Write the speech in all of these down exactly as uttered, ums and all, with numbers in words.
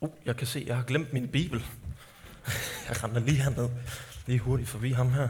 Uh, jeg kan se, jeg har glemt min bibel. Jeg render lige herned. Lige hurtigt forbi ham her.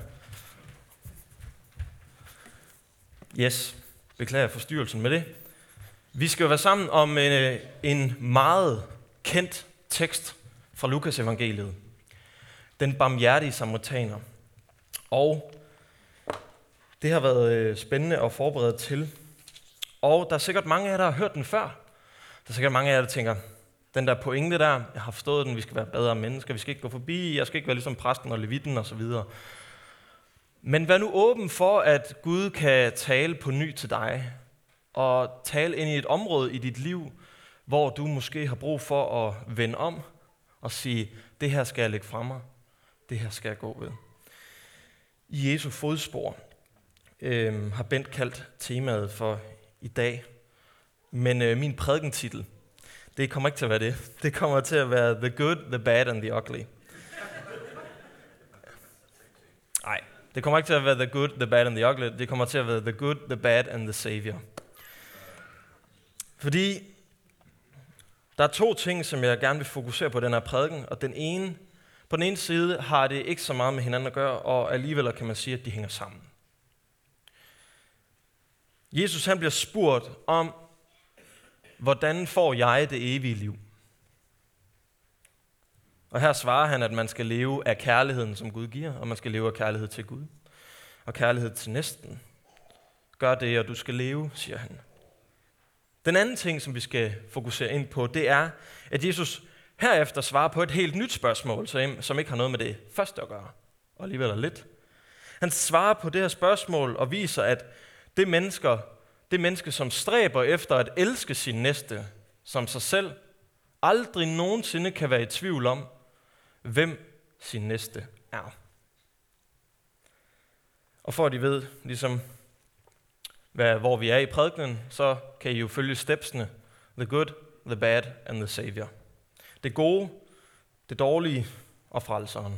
Yes, beklager forstyrrelsen med det. Vi skal jo være sammen om en, en meget kendt tekst fra Lukas evangeliet. Den barmhjertige samaritaner. Og det har været spændende at forberede til. Og der er sikkert mange af jer, der har hørt den før. Der er sikkert mange af jer, der tænker, den der pointe der, jeg har forstået den, vi skal være bedre mennesker, vi skal ikke gå forbi, jeg skal ikke være ligesom præsten og levitten og så videre. Men vær nu åben for, at Gud kan tale på ny til dig, og tale ind i et område i dit liv, hvor du måske har brug for at vende om og sige, det her skal jeg lægge fra mig, det her skal jeg gå ved. I Jesu fodspor øh, har Bent kaldt temaet for i dag, men øh, min prædikentitel, det kommer ikke til at være det. Det kommer til at være The Good, The Bad and The Ugly. Nej, det kommer ikke til at være The Good, The Bad and The Ugly. Det kommer til at være The Good, The Bad and The Savior. Fordi der er to ting, som jeg gerne vil fokusere på i den her prædiken. Og den ene, på den ene side har det ikke så meget med hinanden at gøre, og alligevel kan man sige, at de hænger sammen. Jesus han bliver spurgt om, hvordan får jeg det evige liv? Og her svarer han, at man skal leve af kærligheden, som Gud giver, og man skal leve af kærlighed til Gud, og kærlighed til næsten. Gør det, og du skal leve, siger han. Den anden ting, som vi skal fokusere ind på, det er, at Jesus herefter svarer på et helt nyt spørgsmål, som ikke har noget med det første at gøre, og alligevel er lidt. Han svarer på det her spørgsmål og viser, at det mennesker, det menneske, som stræber efter at elske sin næste som sig selv, aldrig nogensinde kan være i tvivl om, hvem sin næste er. Og for at I ved, ligesom, hvad, hvor vi er i prædikenen, så kan I jo følge stepsene. The good, the bad and the savior. Det gode, det dårlige og frelseren.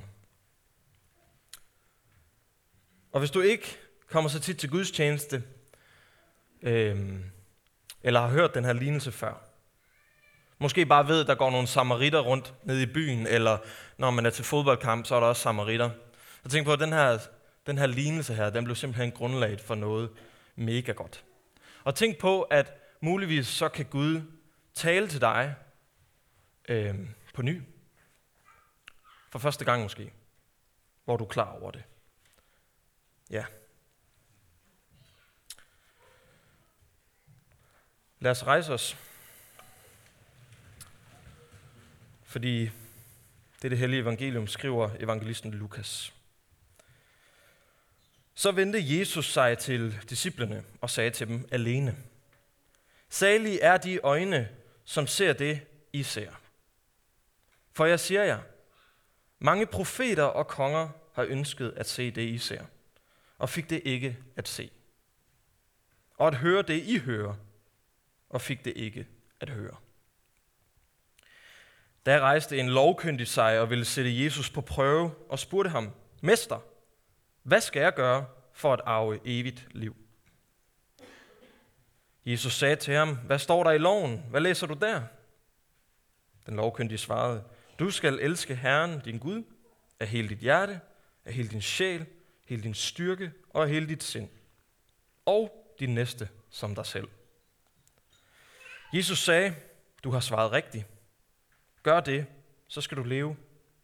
Og hvis du ikke kommer så tit til Guds tjeneste, øhm, eller har hørt den her lignelse før, måske bare ved, at der går nogle samaritter rundt nede i byen, eller når man er til fodboldkamp, så er der også samaritter. Så tænk på, at den her, den her lignelse her, den blev simpelthen grundlaget for noget mega godt. Og tænk på, at muligvis så kan Gud tale til dig øh, på ny. For første gang måske, hvor du er klar over det. Ja. Lad os rejse os. Fordi det, det hellige evangelium skriver evangelisten Lukas. Så vendte Jesus sig til disciplene og sagde til dem alene: Salige er de øjne, som ser det, I ser. For jeg siger jer, mange profeter og konger har ønsket at se det, I ser, og fik det ikke at se. Og at høre det, I hører, og fik det ikke at høre. Da rejste en lovkyndig sig og ville sætte Jesus på prøve og spurgte ham: Mester, hvad skal jeg gøre for at arve evigt liv? Jesus sagde til ham: Hvad står der i loven? Hvad læser du der? Den lovkyndige svarede: Du skal elske Herren, din Gud, af hele dit hjerte, af hele din sjæl, hele din styrke og af hele dit sind. Og din næste som dig selv. Jesus sagde: Du har svaret rigtigt. Gør det, så skal du leve.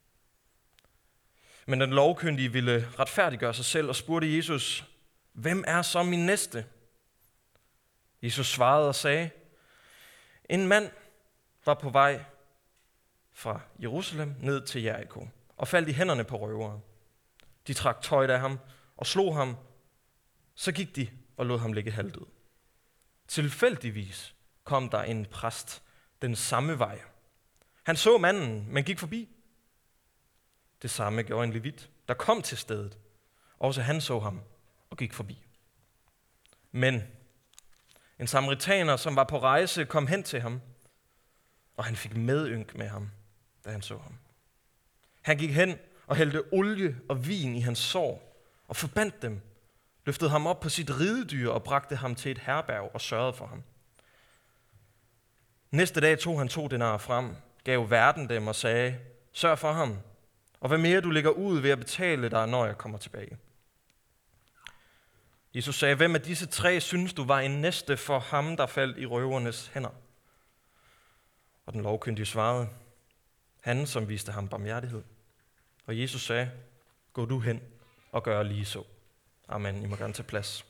Men den lovkyndige ville retfærdiggøre sig selv og spurgte Jesus: Hvem er så min næste? Jesus svarede og sagde: En mand var på vej fra Jerusalem ned til Jericho og faldt i hænderne på røvere. De trak tøjet af ham og slog ham. Så gik de og lod ham ligge halvdød. Tilfældigvis kom der en præst den samme vej. Han så manden, men gik forbi. Det samme gjorde en levit, der kom til stedet. Også han så ham og gik forbi. Men en samaritaner, som var på rejse, kom hen til ham, og han fik medynk med ham, da han så ham. Han gik hen og hældte olie og vin i hans sår, og forbandt dem, løftede ham op på sit ridedyr og bragte ham til et herberg og sørgede for ham. Næste dag tog han to denarer frem, gav verden dem og sagde, sørg for ham, og hvad mere du lægger ud ved at betale dig, når jeg kommer tilbage. Jesus sagde, hvem af disse tre synes du var en næste for ham, der faldt i røvernes hænder? Og den lovkyndige svarede, han, som viste ham barmhjertighed. Og Jesus sagde, gå du hen og gør lige så. Amen. I må gerne tage plads.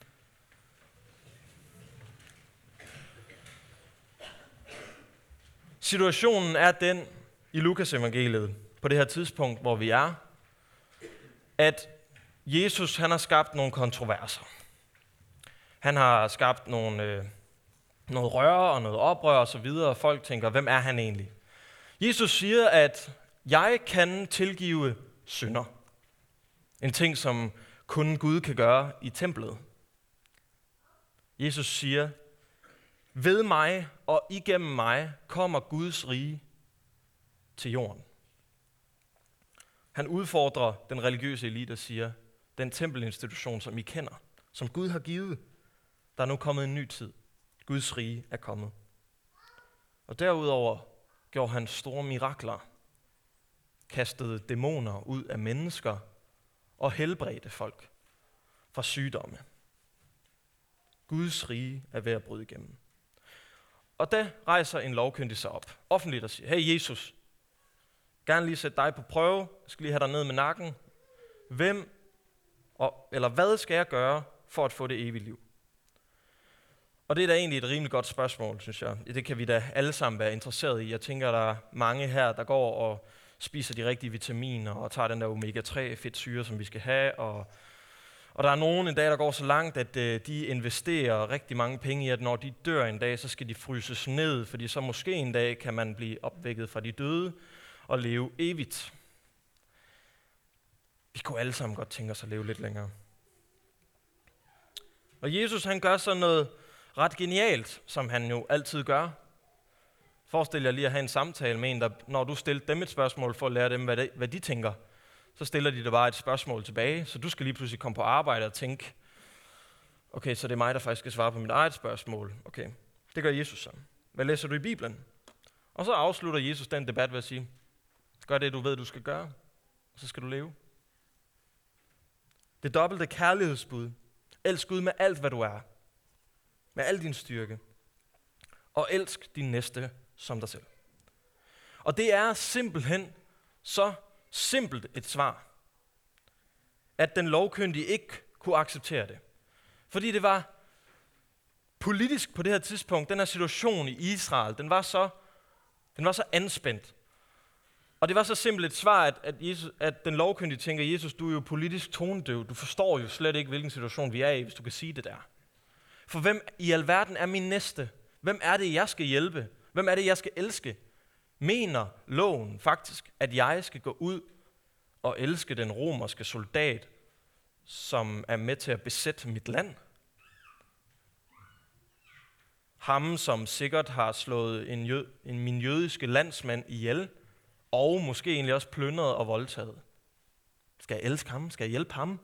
Situationen er den i Lukas evangeliet, på det her tidspunkt, hvor vi er, at Jesus han har skabt nogle kontroverser. Han har skabt nogle, øh, noget røre og noget oprør og så videre, og folk tænker, hvem er han egentlig? Jesus siger, at jeg kan tilgive synder. En ting, som kun Gud kan gøre i templet. Jesus siger, ved mig og igennem mig kommer Guds rige til jorden. Han udfordrer den religiøse elite og siger, den tempelinstitution, som I kender, som Gud har givet, der er nu kommet en ny tid. Guds rige er kommet. Og derudover gjorde han store mirakler, kastede dæmoner ud af mennesker og helbredte folk fra sygdomme. Guds rige er ved at bryde igennem. Og der rejser en lovkyndig sig op, offentligt og siger, hey Jesus, gerne lige sætte dig på prøve, jeg skal lige have dig ned med nakken. Hvem, og, eller hvad skal jeg gøre for at få det evige liv? Og det er da egentlig et rimelig godt spørgsmål, synes jeg. Det kan vi da alle sammen være interesseret i. Jeg tænker, der er mange her, der går og spiser de rigtige vitaminer og tager den der omega tre fedtsyre, som vi skal have. Og, og der er nogen en dag, der går så langt, at øh, de investerer rigtig mange penge i, at når de dør en dag, så skal de fryses ned, fordi så måske en dag kan man blive opvækket fra de døde og leve evigt. Vi kunne alle sammen godt tænke os at leve lidt længere. Og Jesus han gør så noget ret genialt, som han jo altid gør. Forestil jer lige at have en samtale med en, der, når du stiller dem et spørgsmål for at lære dem, hvad de, hvad de tænker, så stiller de dig bare et spørgsmål tilbage, så du skal lige pludselig komme på arbejde og tænke, okay, så det er mig, der faktisk skal svare på mit eget spørgsmål. Okay, det gør Jesus så. Hvad læser du i Bibelen? Og så afslutter Jesus den debat ved at sige, gør det, du ved, du skal gøre, og så skal du leve. Det dobbelte kærlighedsbud. Elsk Gud med alt, hvad du er. Med al din styrke. Og elsk din næste som dig selv. Og det er simpelthen så simpelt et svar, at den lovkyndige ikke kunne acceptere det. Fordi det var politisk på det her tidspunkt, den her situation i Israel, den var så, den var så anspændt. Og det var så simpelt et svar, at, at, Jesus, at den lovkyndige tænker, Jesus, du er jo politisk tonedøv. Du forstår jo slet ikke, hvilken situation vi er i, hvis du kan sige det der. For hvem i alverden er min næste? Hvem er det, jeg skal hjælpe? Hvem er det, jeg skal elske? Mener loven faktisk, at jeg skal gå ud og elske den romerske soldat, som er med til at besætte mit land? Ham, som sikkert har slået en jød, en, min jødiske landsmand ihjel, og måske egentlig også plyndret og voldtaget. Skal jeg elske ham? Skal jeg hjælpe ham?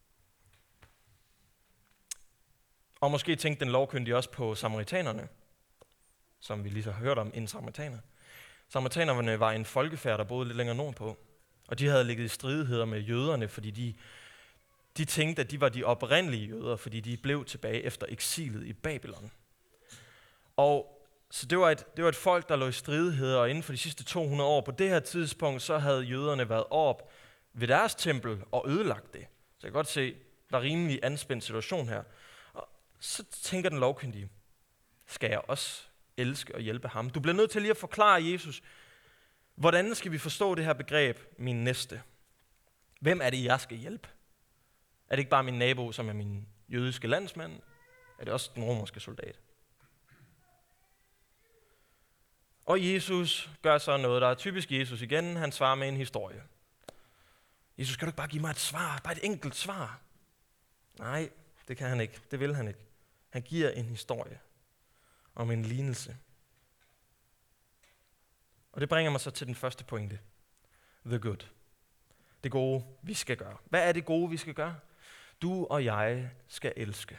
Og måske tænkte den lovkyndige også på samaritanerne, som vi lige så har hørt om, en samaritaner. Samaritanerne var en folkefærd, der boede lidt længere nordpå, og de havde ligget i stridigheder med jøderne, fordi de, de tænkte, at de var de oprindelige jøder, fordi de blev tilbage efter eksilet i Babylon. Og så det var, et, det var et folk, der lå i stridigheder, og inden for de sidste to hundrede år, på det her tidspunkt, så havde jøderne været op ved deres tempel og ødelagt det. Så jeg kan godt se, der er rimelig anspændt situation her. Og så tænker den lovkyndige, skal jeg også elske og hjælpe ham? Du bliver nødt til lige at forklare Jesus, hvordan skal vi forstå det her begreb, min næste? Hvem er det, jeg skal hjælpe? Er det ikke bare min nabo, som er min jødiske landsmand? Er det også den romerske soldat? Og Jesus gør så noget, der er typisk Jesus igen. Han svarer med en historie. Jesus, kan du ikke bare give mig et svar? Bare et enkelt svar? Nej, det kan han ikke. Det vil han ikke. Han giver en historie om en lignelse. Og det bringer mig så til den første pointe. The good. Det gode, vi skal gøre. Hvad er det gode, vi skal gøre? Du og jeg skal elske.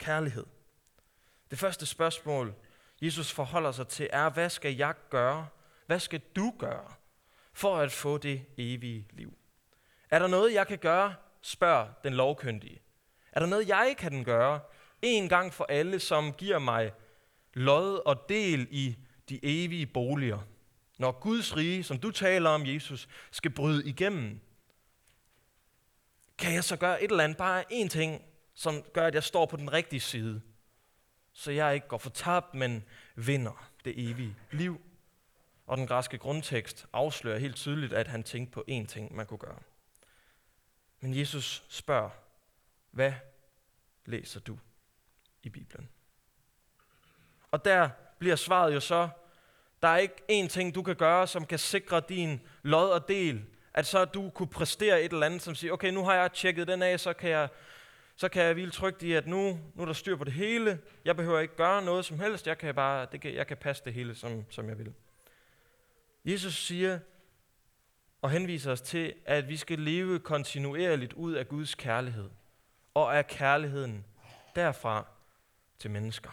Kærlighed. Det første spørgsmål, Jesus forholder sig til, er, hvad skal jeg gøre Hvad skal du gøre for at få det evige liv? Er der noget, jeg kan gøre? Spørg den lovkyndige. Er der noget, jeg kan gøre en gang for alle, som giver mig lod og del i de evige boliger? Når Guds rige, som du taler om, Jesus, skal bryde igennem, kan jeg så gøre et eller andet, bare én ting, som gør, at jeg står på den rigtige side, så jeg ikke går fortabt, men vinder det evige liv. Og den græske grundtekst afslører helt tydeligt, at han tænkte på én ting, man kunne gøre. Men Jesus spørger, hvad læser du i Bibelen? Og der bliver svaret jo så, der er ikke én ting, du kan gøre, som kan sikre din lod og del, at så du kunne præstere et eller andet, som siger, okay, nu har jeg tjekket den af, så kan jeg, så kan jeg hvile trygt i, at nu, nu er der styr på det hele. Jeg behøver ikke gøre noget som helst, jeg kan bare, det kan, jeg kan passe det hele, som, som jeg vil. Jesus siger og henviser os til, at vi skal leve kontinuerligt ud af Guds kærlighed, og af kærligheden derfra til mennesker.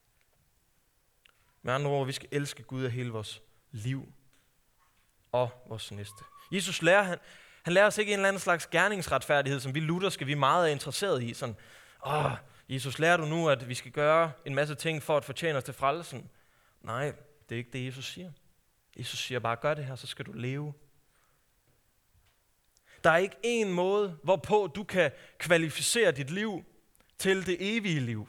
Med andre ord, vi skal elske Gud af hele vores liv og vores næste. Jesus lærer, han, han lærer os ikke en eller anden slags gerningsretfærdighed, som vi lutherske, vi er meget interesseret i. Sådan, åh, Jesus, lærer du nu, at vi skal gøre en masse ting for at fortjene os til frelsen? Nej, det er ikke det, Jesus siger. Jesus siger bare, gør det her, så skal du leve. Der er ikke én måde, hvorpå du kan kvalificere dit liv til det evige liv.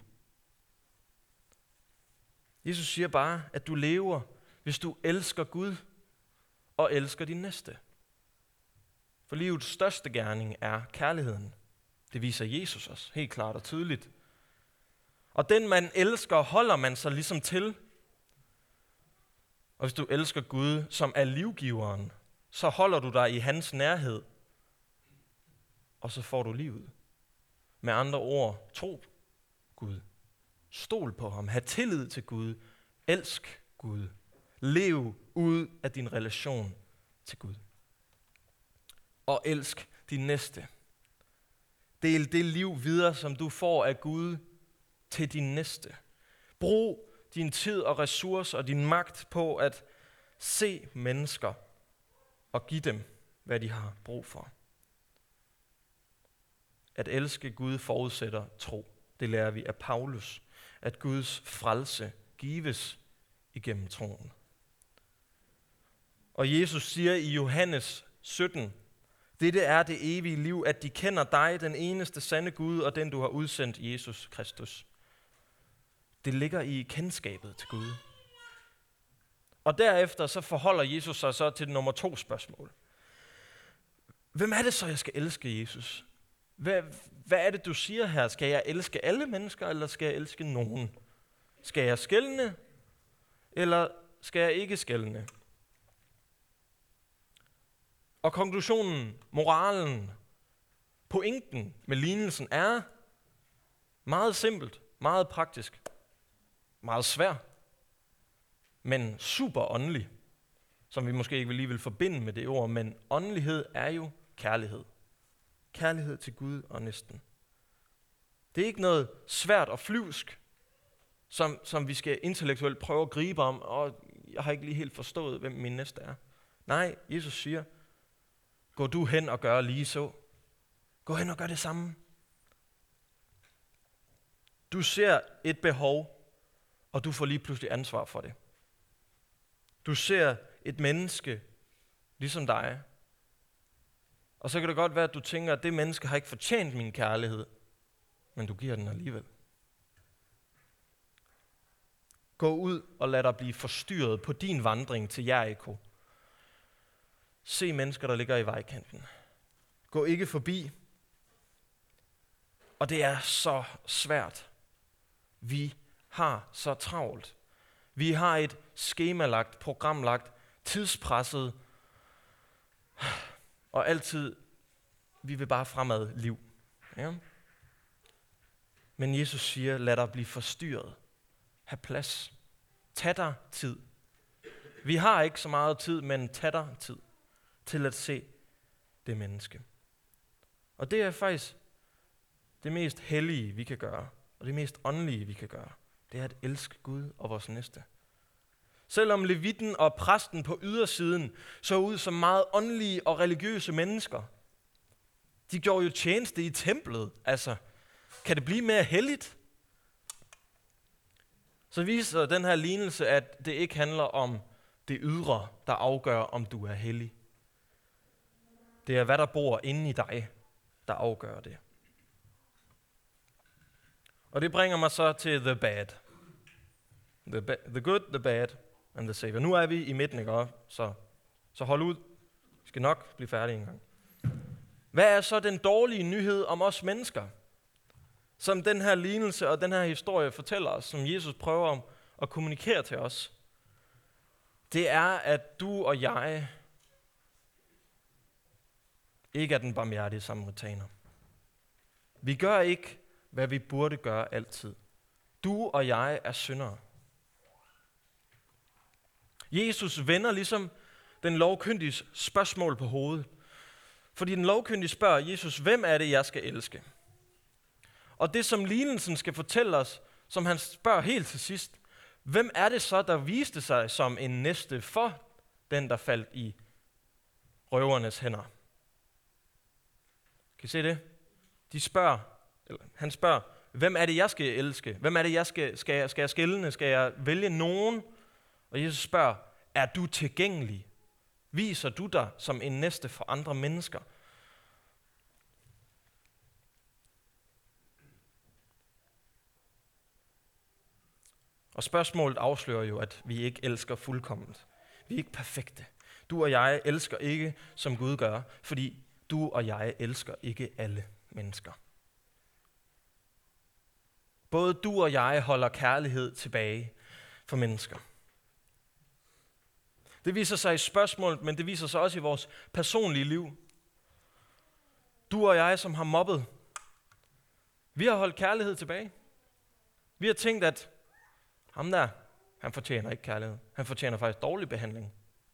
Jesus siger bare, at du lever, hvis du elsker Gud og elsker din næste. For livets største gerning er kærligheden. Det viser Jesus os helt klart og tydeligt. Og den man elsker, holder man sig ligesom til. Og hvis du elsker Gud, som er livgiveren, så holder du dig i hans nærhed. Og så får du livet. Med andre ord, tro Gud. Stol på ham. Ha' tillid til Gud. Elsk Gud. Lev ud af din relation til Gud. Og elsk din næste. Del det liv videre, som du får af Gud, til din næste. Brug din tid og ressourcer og din magt på at se mennesker og give dem, hvad de har brug for. At elske Gud forudsætter tro. Det lærer vi af Paulus. At Guds frelse gives igennem troen. Og Jesus siger i Johannes sytten, dette er det evige liv, at de kender dig, den eneste sande Gud, og den du har udsendt, Jesus Kristus. Det ligger i kendskabet til Gud. Og derefter så forholder Jesus sig så til nummer to spørgsmål. Hvem er det så, jeg skal elske, Jesus? Hvad, hvad er det, du siger her? Skal jeg elske alle mennesker, eller skal jeg elske nogen? Skal jeg skelne, eller skal jeg ikke skelne? Og konklusionen, moralen, pointen med lignelsen er meget simpelt, meget praktisk, meget svær, men super åndelig, som vi måske ikke lige vil forbinde med det ord, men åndelighed er jo kærlighed. Kærlighed til Gud og næsten. Det er ikke noget svært og flyvsk, som, som vi skal intellektuelt prøve at gribe om, og jeg har ikke lige helt forstået, hvem min næste er. Nej, Jesus siger, gå du hen og gør lige så. Gå hen og gør det samme. Du ser et behov, og du får lige pludselig ansvar for det. Du ser et menneske, ligesom dig, og så kan det godt være, at du tænker, at det menneske har ikke fortjent min kærlighed, men du giver den alligevel. Gå ud og lad dig blive forstyrret på din vandring til Jericho. Se mennesker, der ligger i vejkanten. Gå ikke forbi. Og det er så svært. Vi har så travlt. Vi har et skemalagt, programlagt, tidspresset, og altid, vi vil bare fremad liv. Ja? Men Jesus siger, lad dig blive forstyrret. Ha' plads. Tag dig tid. Vi har ikke så meget tid, men tag dig tid til at se det menneske. Og det er faktisk det mest hellige, vi kan gøre, og det mest åndelige, vi kan gøre. Det er at elske Gud og vores næste. Selvom levitten og præsten på ydersiden så ud som meget åndelige og religiøse mennesker. De gjorde jo tjeneste i templet. Altså, kan det blive mere helligt? Så viser den her lignelse, at det ikke handler om det ydre, der afgør, om du er hellig. Det er, hvad der bor inde i dig, der afgør det. Og det bringer mig så til the bad. The, ba- the good, the bad and the savior. Nu er vi i midten, ikke? Så, så hold ud. Vi skal nok blive færdige en gang. Hvad er så den dårlige nyhed om os mennesker? Som den her lignelse og den her historie fortæller os, som Jesus prøver at kommunikere til os. Det er, at du og jeg ikke er den barmhjertige samaritaner. Vi gør ikke, hvad vi burde gøre altid. Du og jeg er syndere. Jesus vender ligesom den lovkyndiges spørgsmål på hovedet. Fordi den lovkyndige spørger Jesus, hvem er det, jeg skal elske? Og det, som lignelsen skal fortælle os, som han spørger helt til sidst, hvem er det så, der viste sig som en næste for den, der faldt i røvernes hænder? Kan I se det? De spørger, eller han spørger, hvem er det, jeg skal elske? Hvem er det, jeg skal, skal, jeg, skal jeg skelne? Skal jeg vælge nogen? Og Jesus spørger, er du tilgængelig? Viser du dig som en næste for andre mennesker? Og spørgsmålet afslører jo, at vi ikke elsker fuldkomment. Vi er ikke perfekte. Du og jeg elsker ikke, som Gud gør, fordi du og jeg elsker ikke alle mennesker. Både du og jeg holder kærlighed tilbage for mennesker. Det viser sig i spørgsmålet, men det viser sig også i vores personlige liv. Du og jeg, som har mobbet, vi har holdt kærlighed tilbage. Vi har tænkt, at ham der, han fortjener ikke kærlighed. Han fortjener faktisk dårlig behandling.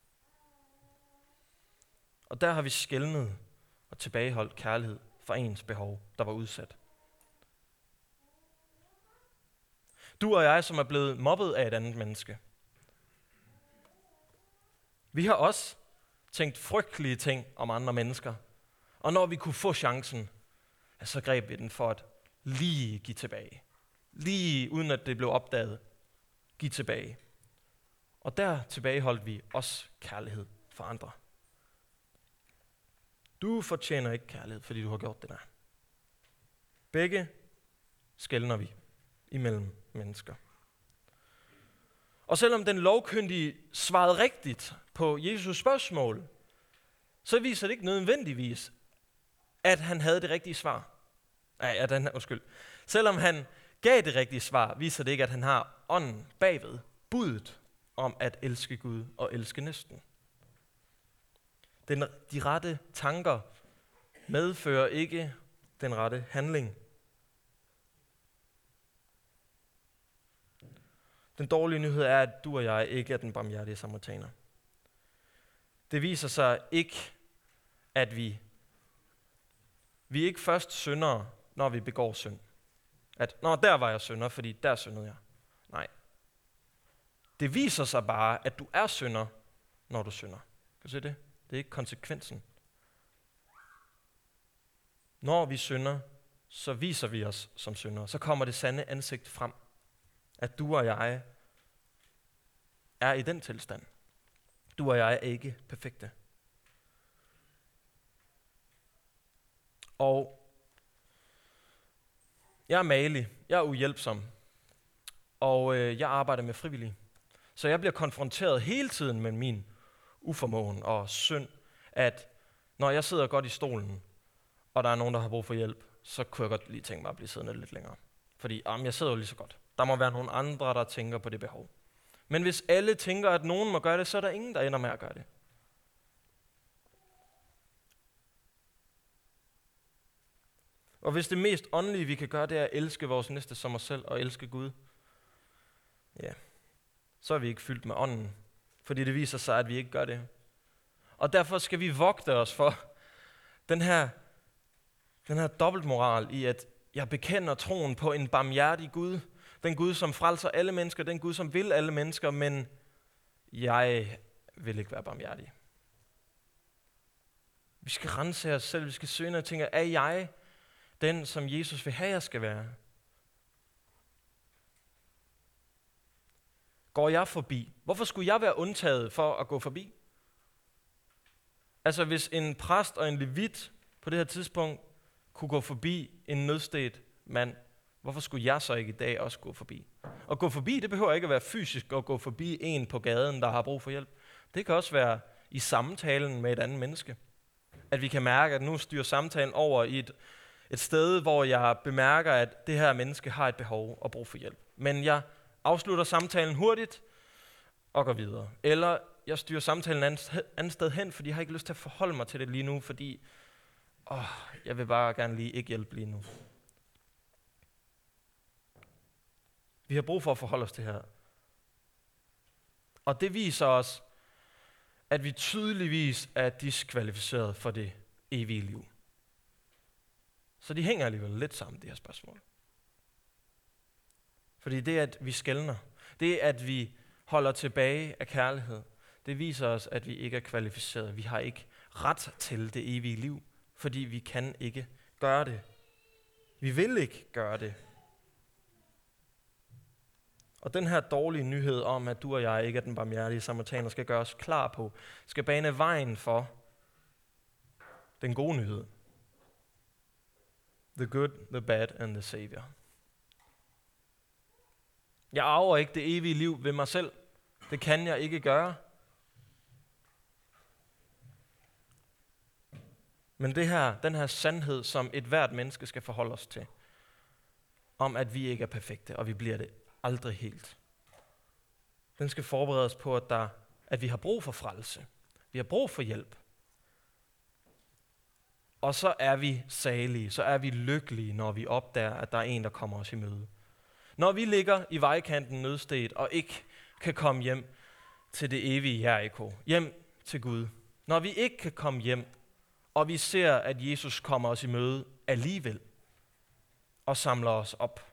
Og der har vi skelnet og tilbageholdt kærlighed for ens behov, der var udsat. Du og jeg, som er blevet mobbet af et andet menneske. Vi har også tænkt frygtelige ting om andre mennesker. Og når vi kunne få chancen, så greb vi den for at lige give tilbage. Lige uden at det blev opdaget. Give tilbage. Og der tilbageholdt vi også kærlighed for andre. Du fortjener ikke kærlighed, fordi du har gjort det der. Begge skelner vi imellem mennesker. Og selvom den lovkyndige svarede rigtigt på Jesus spørgsmål, så viser det ikke nødvendigvis, at han havde det rigtige svar. Nej, at han, undskyld. Selvom han gav det rigtige svar, viser det ikke, at han har ånden bagved, budet om at elske Gud og elske næsten. Den, de rette tanker medfører ikke den rette handling. Den dårlige nyhed er, at du og jeg ikke er den barmhjertige samaritaner. Det viser sig ikke, at vi, vi er ikke først syndere, når vi begår synd. At, nå, der var jeg synder, fordi der syndede jeg. Nej. Det viser sig bare, at du er synder, når du synder. Kan du se det? Det er ikke konsekvensen. Når vi synder, så viser vi os som syndere. Så kommer det sande ansigt frem. At du og jeg er i den tilstand. Du og jeg er ikke perfekte. Og jeg er malig, jeg er uhjælpsom, og øh, jeg arbejder med frivillige. Så jeg bliver konfronteret hele tiden med min uformåen og synd, at når jeg sidder godt i stolen, og der er nogen, der har brug for hjælp, så kunne jeg godt lige tænke mig at blive siddende lidt længere. Fordi jamen, jeg sidder jo lige så godt. Der må være nogle andre, der tænker på det behov. Men hvis alle tænker, at nogen må gøre det, så er der ingen, der ender med at gøre det. Og hvis det mest åndelige, vi kan gøre, det er at elske vores næste som os selv og elske Gud, ja, så er vi ikke fyldt med ånden. Fordi det viser sig, at vi ikke gør det. Og derfor skal vi vogte os for den her, den her dobbeltmoral i, at jeg bekender troen på en barmhjertig Gud. Den Gud, som frelser alle mennesker. Den Gud, som vil alle mennesker. Men jeg vil ikke være barmhjertig. Vi skal rense os selv, vi skal søge og tænke, er jeg den, som Jesus vil have, jeg skal være? Går jeg forbi? Hvorfor skulle jeg være undtaget for at gå forbi? Altså hvis en præst og en levit på det her tidspunkt kunne gå forbi en nødstedt mand, hvorfor skulle jeg så ikke i dag også gå forbi? Og gå forbi, det behøver ikke at være fysisk at gå forbi en på gaden, der har brug for hjælp. Det kan også være i samtalen med et andet menneske. At vi kan mærke, at nu styrer samtalen over i et, et sted, hvor jeg bemærker, at det her menneske har et behov og brug for hjælp. Men jeg afslutter samtalen hurtigt og går videre. Eller jeg styrer samtalen andet, andet sted hen, fordi jeg har ikke lyst til at forholde mig til det lige nu, fordi åh, jeg vil bare gerne lige ikke hjælpe lige nu. Vi har brug for at forholde os til det her. Og det viser os, at vi tydeligvis er diskvalificeret for det evige liv. Så de hænger alligevel lidt sammen, de her spørgsmål. Fordi det, at vi skelner, det, at vi holder tilbage af kærlighed, det viser os, at vi ikke er kvalificeret. Vi har ikke ret til det evige liv, fordi vi kan ikke gøre det. Vi vil ikke gøre det. Og den her dårlige nyhed om, at du og jeg ikke er den barmhjertige samaritaner, skal gøre os klar på, skal bane vejen for den gode nyhed. The good, the bad and the savior. Jeg arver ikke det evige liv ved mig selv. Det kan jeg ikke gøre. Men det her, den her sandhed, som et hvert menneske skal forholde os til, om at vi ikke er perfekte, og vi bliver det aldrig helt. Den skal forberede os på, at, der, at vi har brug for frelse. Vi har brug for hjælp. Og så er vi salige, så er vi lykkelige, når vi opdager, at der er en, der kommer os i møde. Når vi ligger i vejkanten nødstedt og ikke kan komme hjem til det evige Jericho, hjem til Gud. Når vi ikke kan komme hjem, og vi ser, at Jesus kommer os i møde alligevel og samler os op.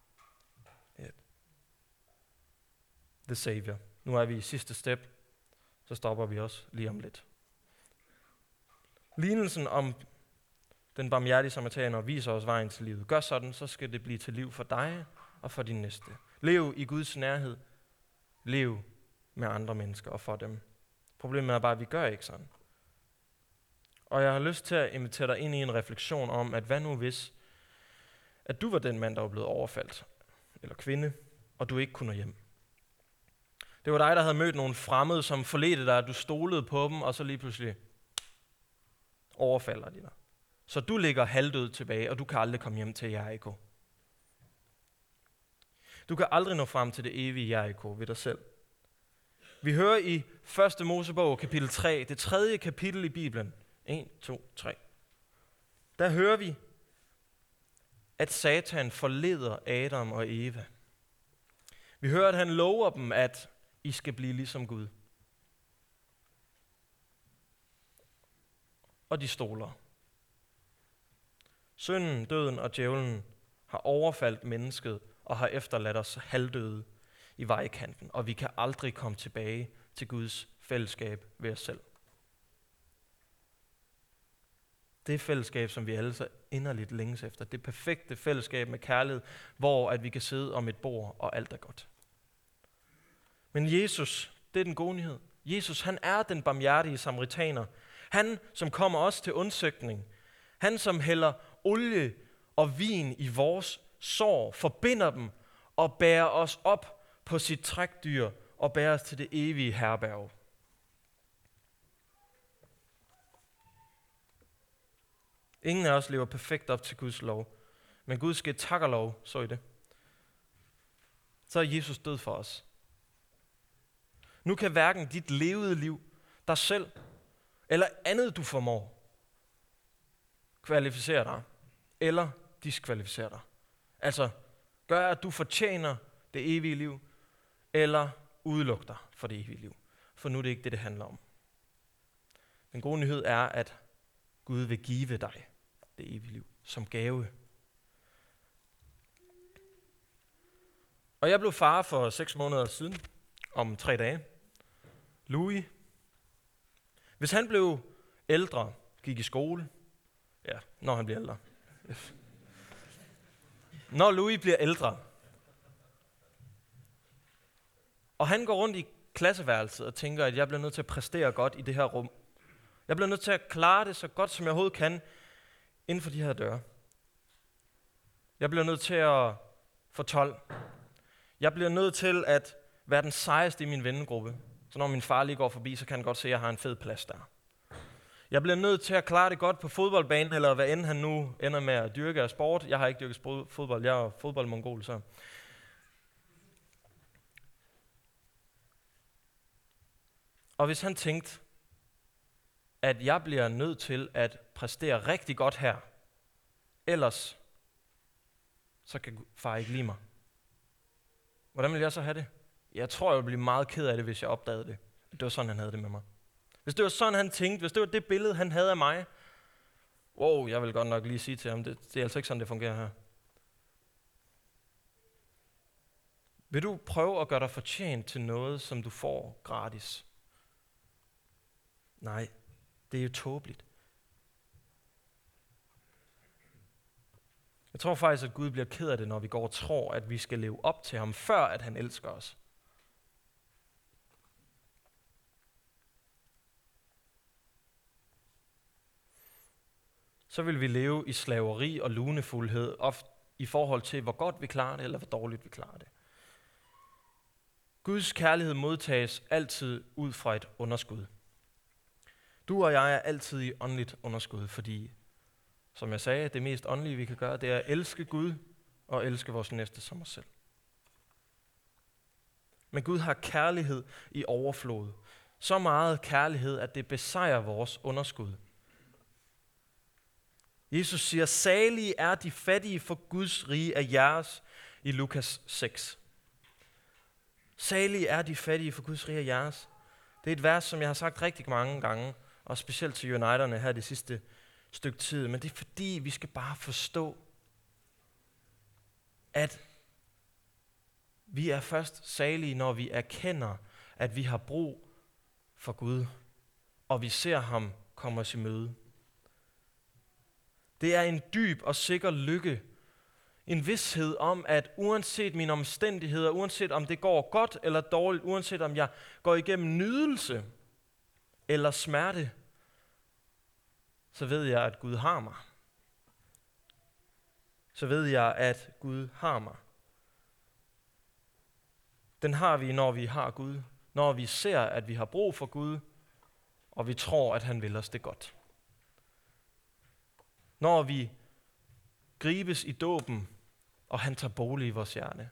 The Savior. Nu er vi i sidste step, så stopper vi også lige om lidt. Lignelsen om den barmhjertige samaritaner viser os vejen til livet. Gør sådan, så skal det blive til liv for dig og for din næste. Lev i Guds nærhed. Lev med andre mennesker og for dem. Problemet er bare, at vi gør ikke sådan. Og jeg har lyst til at invitere dig ind i en refleksion om, at hvad nu hvis, at du var den mand, der var blevet overfaldt, eller kvinde, og du ikke kunne nå hjem. Det var dig, der havde mødt nogle fremmede, som forledte dig, at du stolede på dem, og så lige pludselig overfalder de dig. Så du ligger halvdød tilbage, og du kan aldrig komme hjem til Jericho. Du kan aldrig nå frem til det evige Jericho ved dig selv. Vi hører i første Mosebog, kapitel tre, det tredje kapitel i Bibelen. en, to, tre. Der hører vi, at Satan forleder Adam og Eva. Vi hører, at han lover dem, at I skal blive ligesom Gud. Og de stoler. Synden, døden og djævlen har overfaldt mennesket og har efterladt os halvdøde i vejkanten, og vi kan aldrig komme tilbage til Guds fællesskab ved os selv. Det fællesskab, som vi alle så inderligt længes efter. Det perfekte fællesskab med kærlighed, hvor at vi kan sidde om et bord, og alt er godt. Men Jesus, det er den gode nyhed. Jesus, han er den barmhjertige samaritaner. Han, som kommer os til undsøgning. Han, som hælder olie og vin i vores sår, forbinder dem og bærer os op på sit trækdyr og bærer os til det evige herberg. Ingen af os lever perfekt op til Guds lov, men Gud skal takke og lov, så I det. Så er Jesus død for os. Nu kan hverken dit levede liv, dig selv, eller andet du formår, kvalificere dig, eller diskvalificere dig. Altså, gør at du fortjener det evige liv, eller udelukke dig for det evige liv. For nu er det ikke det, det handler om. Den gode nyhed er, at Gud vil give dig det evige liv som gave. Og jeg blev far for seks måneder siden, om tre dage. Louis, hvis han blev ældre, gik i skole, ja, når han bliver ældre. Når Louis bliver ældre, og han går rundt i klasseværelset og tænker, at jeg bliver nødt til at præstere godt i det her rum. Jeg bliver nødt til at klare det så godt, som jeg overhovedet kan, inden for de her døre. Jeg bliver nødt til at få tolv. Jeg bliver nødt til at være den sejeste i min vennegruppe. Så når min far lige går forbi, så kan han godt se, at jeg har en fed plads der. Jeg bliver nødt til at klare det godt på fodboldbanen, eller hvad end han nu ender med at dyrke af sport. Jeg har ikke dyrket fodbold, jeg er fodboldmongol, så... Og hvis han tænkte, at jeg bliver nødt til at præstere rigtig godt her, ellers så kan far ikke lide mig. Hvordan vil jeg så have det? Jeg tror, jeg ville blive meget ked af det, hvis jeg opdagede det. Det var sådan, han havde det med mig. Hvis det var sådan, han tænkte, hvis det var det billede, han havde af mig, wow, jeg vil godt nok lige sige til ham, det, det er altså ikke sådan, det fungerer her. Vil du prøve at gøre dig fortjent til noget, som du får gratis? Nej, det er jo tåbeligt. Jeg tror faktisk, at Gud bliver ked af det, når vi går og tror, at vi skal leve op til ham, før at han elsker os. Så vil vi leve i slaveri og lunefuldhed, ofte i forhold til, hvor godt vi klarer det, eller hvor dårligt vi klarer det. Guds kærlighed modtages altid ud fra et underskud. Du og jeg er altid i åndeligt underskud, fordi, som jeg sagde, det mest åndelige, vi kan gøre, det er at elske Gud og elske vores næste som os selv. Men Gud har kærlighed i overflod. Så meget kærlighed, at det besejrer vores underskud. Jesus siger, salige er de fattige, for Guds rige er jeres, i Lukas seks. Salige er de fattige, for Guds rige er jeres. Det er et vers, som jeg har sagt rigtig mange gange, og specielt til Unitederne her det sidste stykke tid. Men det er fordi, vi skal bare forstå, at vi er først salige, når vi erkender, at vi har brug for Gud, og vi ser ham komme os i møde. Det er en dyb og sikker lykke. En vished om, at uanset mine omstændigheder, uanset om det går godt eller dårligt, uanset om jeg går igennem nydelse eller smerte, så ved jeg, at Gud har mig. Så ved jeg, at Gud har mig. Den har vi, når vi har Gud. Når vi ser, at vi har brug for Gud, og vi tror, at han vil os det godt. Når vi gribes i dåben, og han tager bolig i vores hjerte.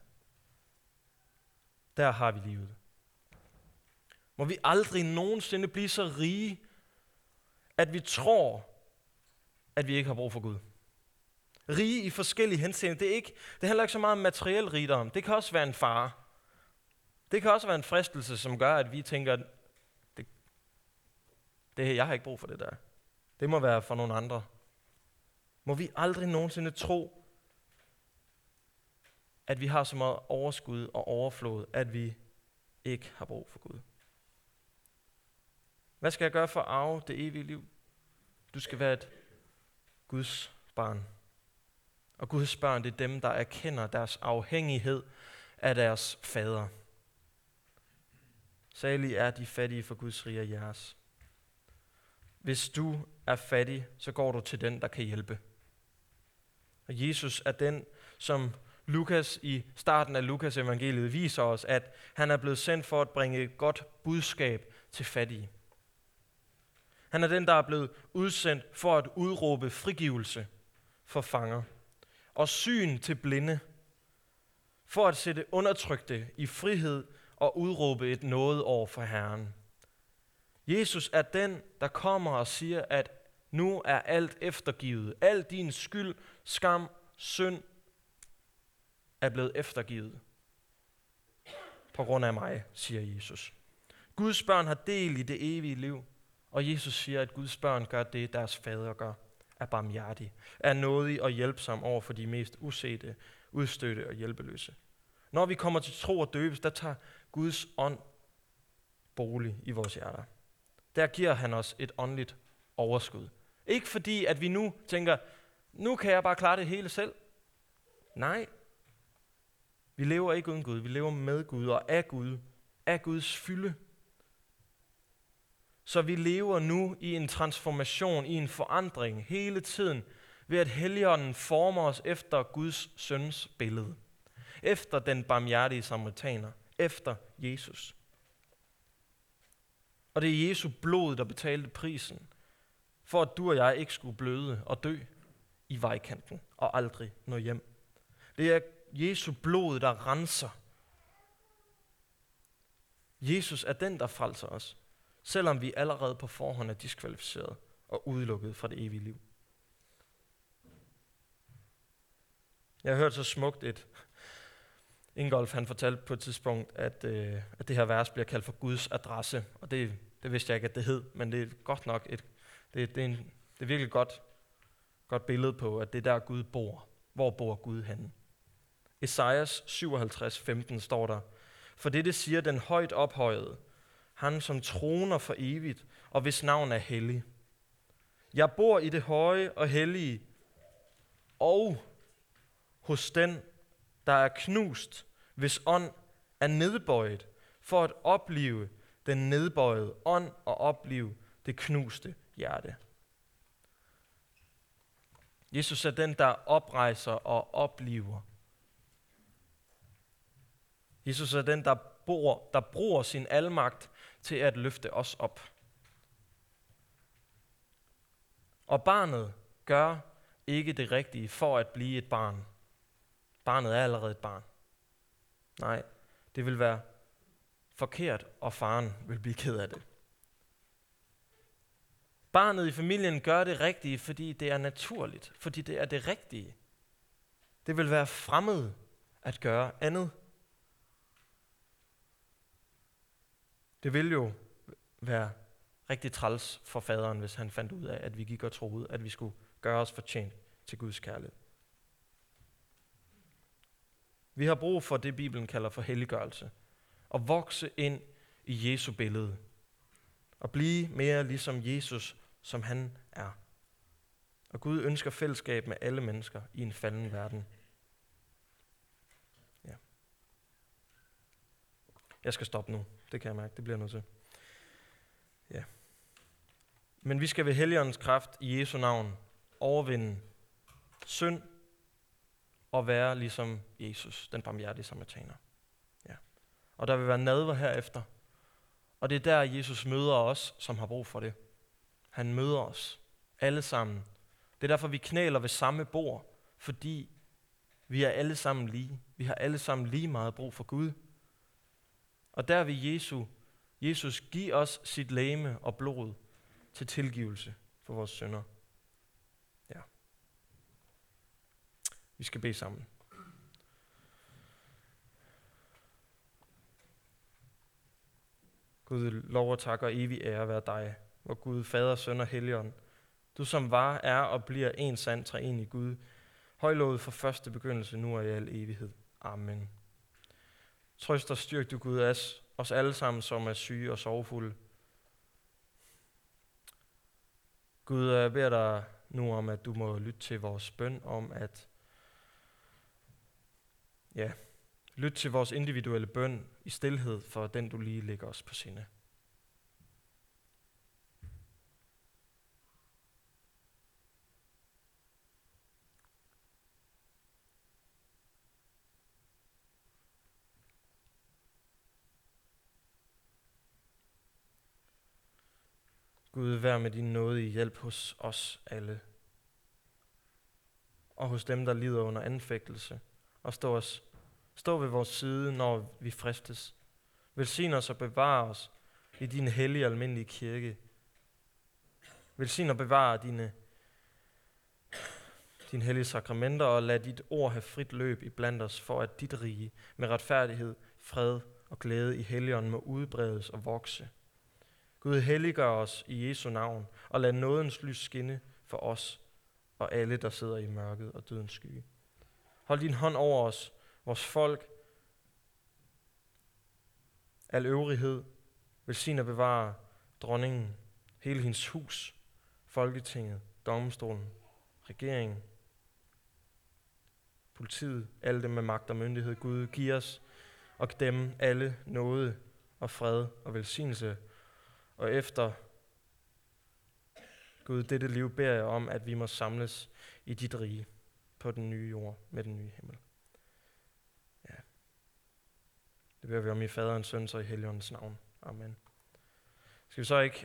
Der har vi livet. Må vi aldrig nogensinde blive så rige, at vi tror, at vi ikke har brug for Gud. Rige i forskellige henseender. Det er ikke, det handler ikke så meget om materiel rigdom. Det kan også være en fare. Det kan også være en fristelse, som gør, at vi tænker, det, det, jeg har ikke brug for det der. Det må være for nogle andre. Må vi aldrig nogensinde tro, at vi har så meget overskud og overflod, at vi ikke har brug for Gud. Hvad skal jeg gøre for at arve det evige liv? Du skal være et Guds barn. Og Guds børn, det er dem, der erkender deres afhængighed af deres fader. Salige er de fattige, for Guds rige er jeres. Hvis du er fattig, så går du til den, der kan hjælpe. Og Jesus er den, som Lukas i starten af Lukas evangeliet viser os, at han er blevet sendt for at bringe et godt budskab til fattige. Han er den, der er blevet udsendt for at udråbe frigivelse for fanger og syn til blinde, for at sætte undertrykte i frihed og udråbe et nådeår for Herren. Jesus er den, der kommer og siger, at nu er alt eftergivet. Al din skyld, skam, synd er blevet eftergivet på grund af mig, siger Jesus. Guds børn har del i det evige liv, og Jesus siger, at Guds børn gør det, deres fader gør, er barmhjertig, er nådig og hjælpsom over for de mest usete, udstødte og hjælpeløse. Når vi kommer til tro og døbes, der tager Guds ånd bolig i vores hjerter. Der giver han os et åndeligt overskud. Ikke fordi, at vi nu tænker, nu kan jeg bare klare det hele selv. Nej. Vi lever ikke uden Gud. Vi lever med Gud og af Gud. Af Guds fylde. Så vi lever nu i en transformation, i en forandring hele tiden, ved at Helligånden former os efter Guds søns billede. Efter den barmhjertige samaritaner. Efter Jesus. Og det er Jesu blod, der betalte prisen, for at du og jeg ikke skulle bløde og dø i vejkanten og aldrig nå hjem. Det er Jesu blod, der renser. Jesus er den, der frelser os, selvom vi allerede på forhånd er diskvalificeret og udelukket fra det evige liv. Jeg har hørt så smukt et Ingolf, han fortalte på et tidspunkt, at, øh, at det her vers bliver kaldt for Guds adresse, og det, det vidste jeg ikke, at det hed, men det er godt nok et, det, det er, en, det er virkelig godt, godt billede på, at det er der Gud bor. Hvor bor Gud henne? Esajas syvoghalvtreds femten står der, for det det siger den højt ophøjede, han som troner for evigt, og hvis navn er hellig. Jeg bor i det høje og hellige, og hos den, der er knust, hvis ånd er nedbøjet, for at opleve den nedbøjede ånd og opleve det knuste hjerte. Jesus er den, der oprejser og oplever. Jesus er den, der, bor, der bruger sin almagt til at løfte os op. Og barnet gør ikke det rigtige for at blive et barn. Barnet er allerede et barn. Nej, det vil være forkert, og faren vil blive ked af det. Barnet i familien gør det rigtige, fordi det er naturligt, fordi det er det rigtige. Det vil være fremmed at gøre andet. Det vil jo være rigtig træls for faderen, hvis han fandt ud af, at vi gik og troede, at vi skulle gøre os fortjent til Guds kærlighed. Vi har brug for det, Bibelen kalder for helliggørelse. At vokse ind i Jesu billede. Og blive mere ligesom Jesus, som han er. Og Gud ønsker fællesskab med alle mennesker i en falden verden. Ja. Jeg skal stoppe nu. Det kan jeg mærke. Det bliver nødt til. Ja. Men vi skal ved Helligåndens kraft i Jesu navn overvinde synd og være ligesom Jesus, den barmhjertige samaritaner. Ja. Og der vil være nadver herefter. Og det er der, Jesus møder os, som har brug for det. Han møder os alle sammen. Det er derfor, vi knæler ved samme bord, fordi vi er alle sammen lige. Vi har alle sammen lige meget brug for Gud. Og der vil Jesus, Jesus give os sit legeme og blod til tilgivelse for vores synder. Ja. Vi skal bede sammen. Gud, lov og tak og evig ære være dig, hvor Gud, Fader, Søn og Helligånd, du som var, er og bliver en sand treenig Gud, højlovet fra første begyndelse, nu og i al evighed. Amen. Trøst og styrk du, Gud, os, os alle sammen, som er syge og sorgfulde. Gud, jeg beder dig nu om, at du må lytte til vores bøn om, at ja, lyt til vores individuelle bøn i stilhed for den, du lige lægger os på sinde. Gud, vær med din nåde i hjælp hos os alle. Og hos dem, der lider under anfægtelse. Og stå, os, stå ved vores side, når vi fristes. Velsign os og bevare os i din hellige almindelige kirke. Velsign og bevare dine, dine hellige sakramenter, og lad dit ord have frit løb i blandt os, for at dit rige med retfærdighed, fred og glæde i Helligånden må udbredes og vokse. Gud, helliggør os i Jesu navn, og lad nådens lys skinne for os og alle, der sidder i mørket og dødens skygge. Hold din hånd over os, vores folk, al øvrighed, Velsign og bevare dronningen, hele hendes hus, Folketinget, domstolen, regeringen, politiet, alle dem med magt og myndighed. Gud, giv os og dem alle nåde og fred og velsignelse. Og efter Gud, dette liv beder jeg om, at vi må samles i dit rige på den nye jord med den nye himmel. Ja. Det beder vi om i Faderens, Søns og i Helligåndens navn. Amen. Skal vi så ikke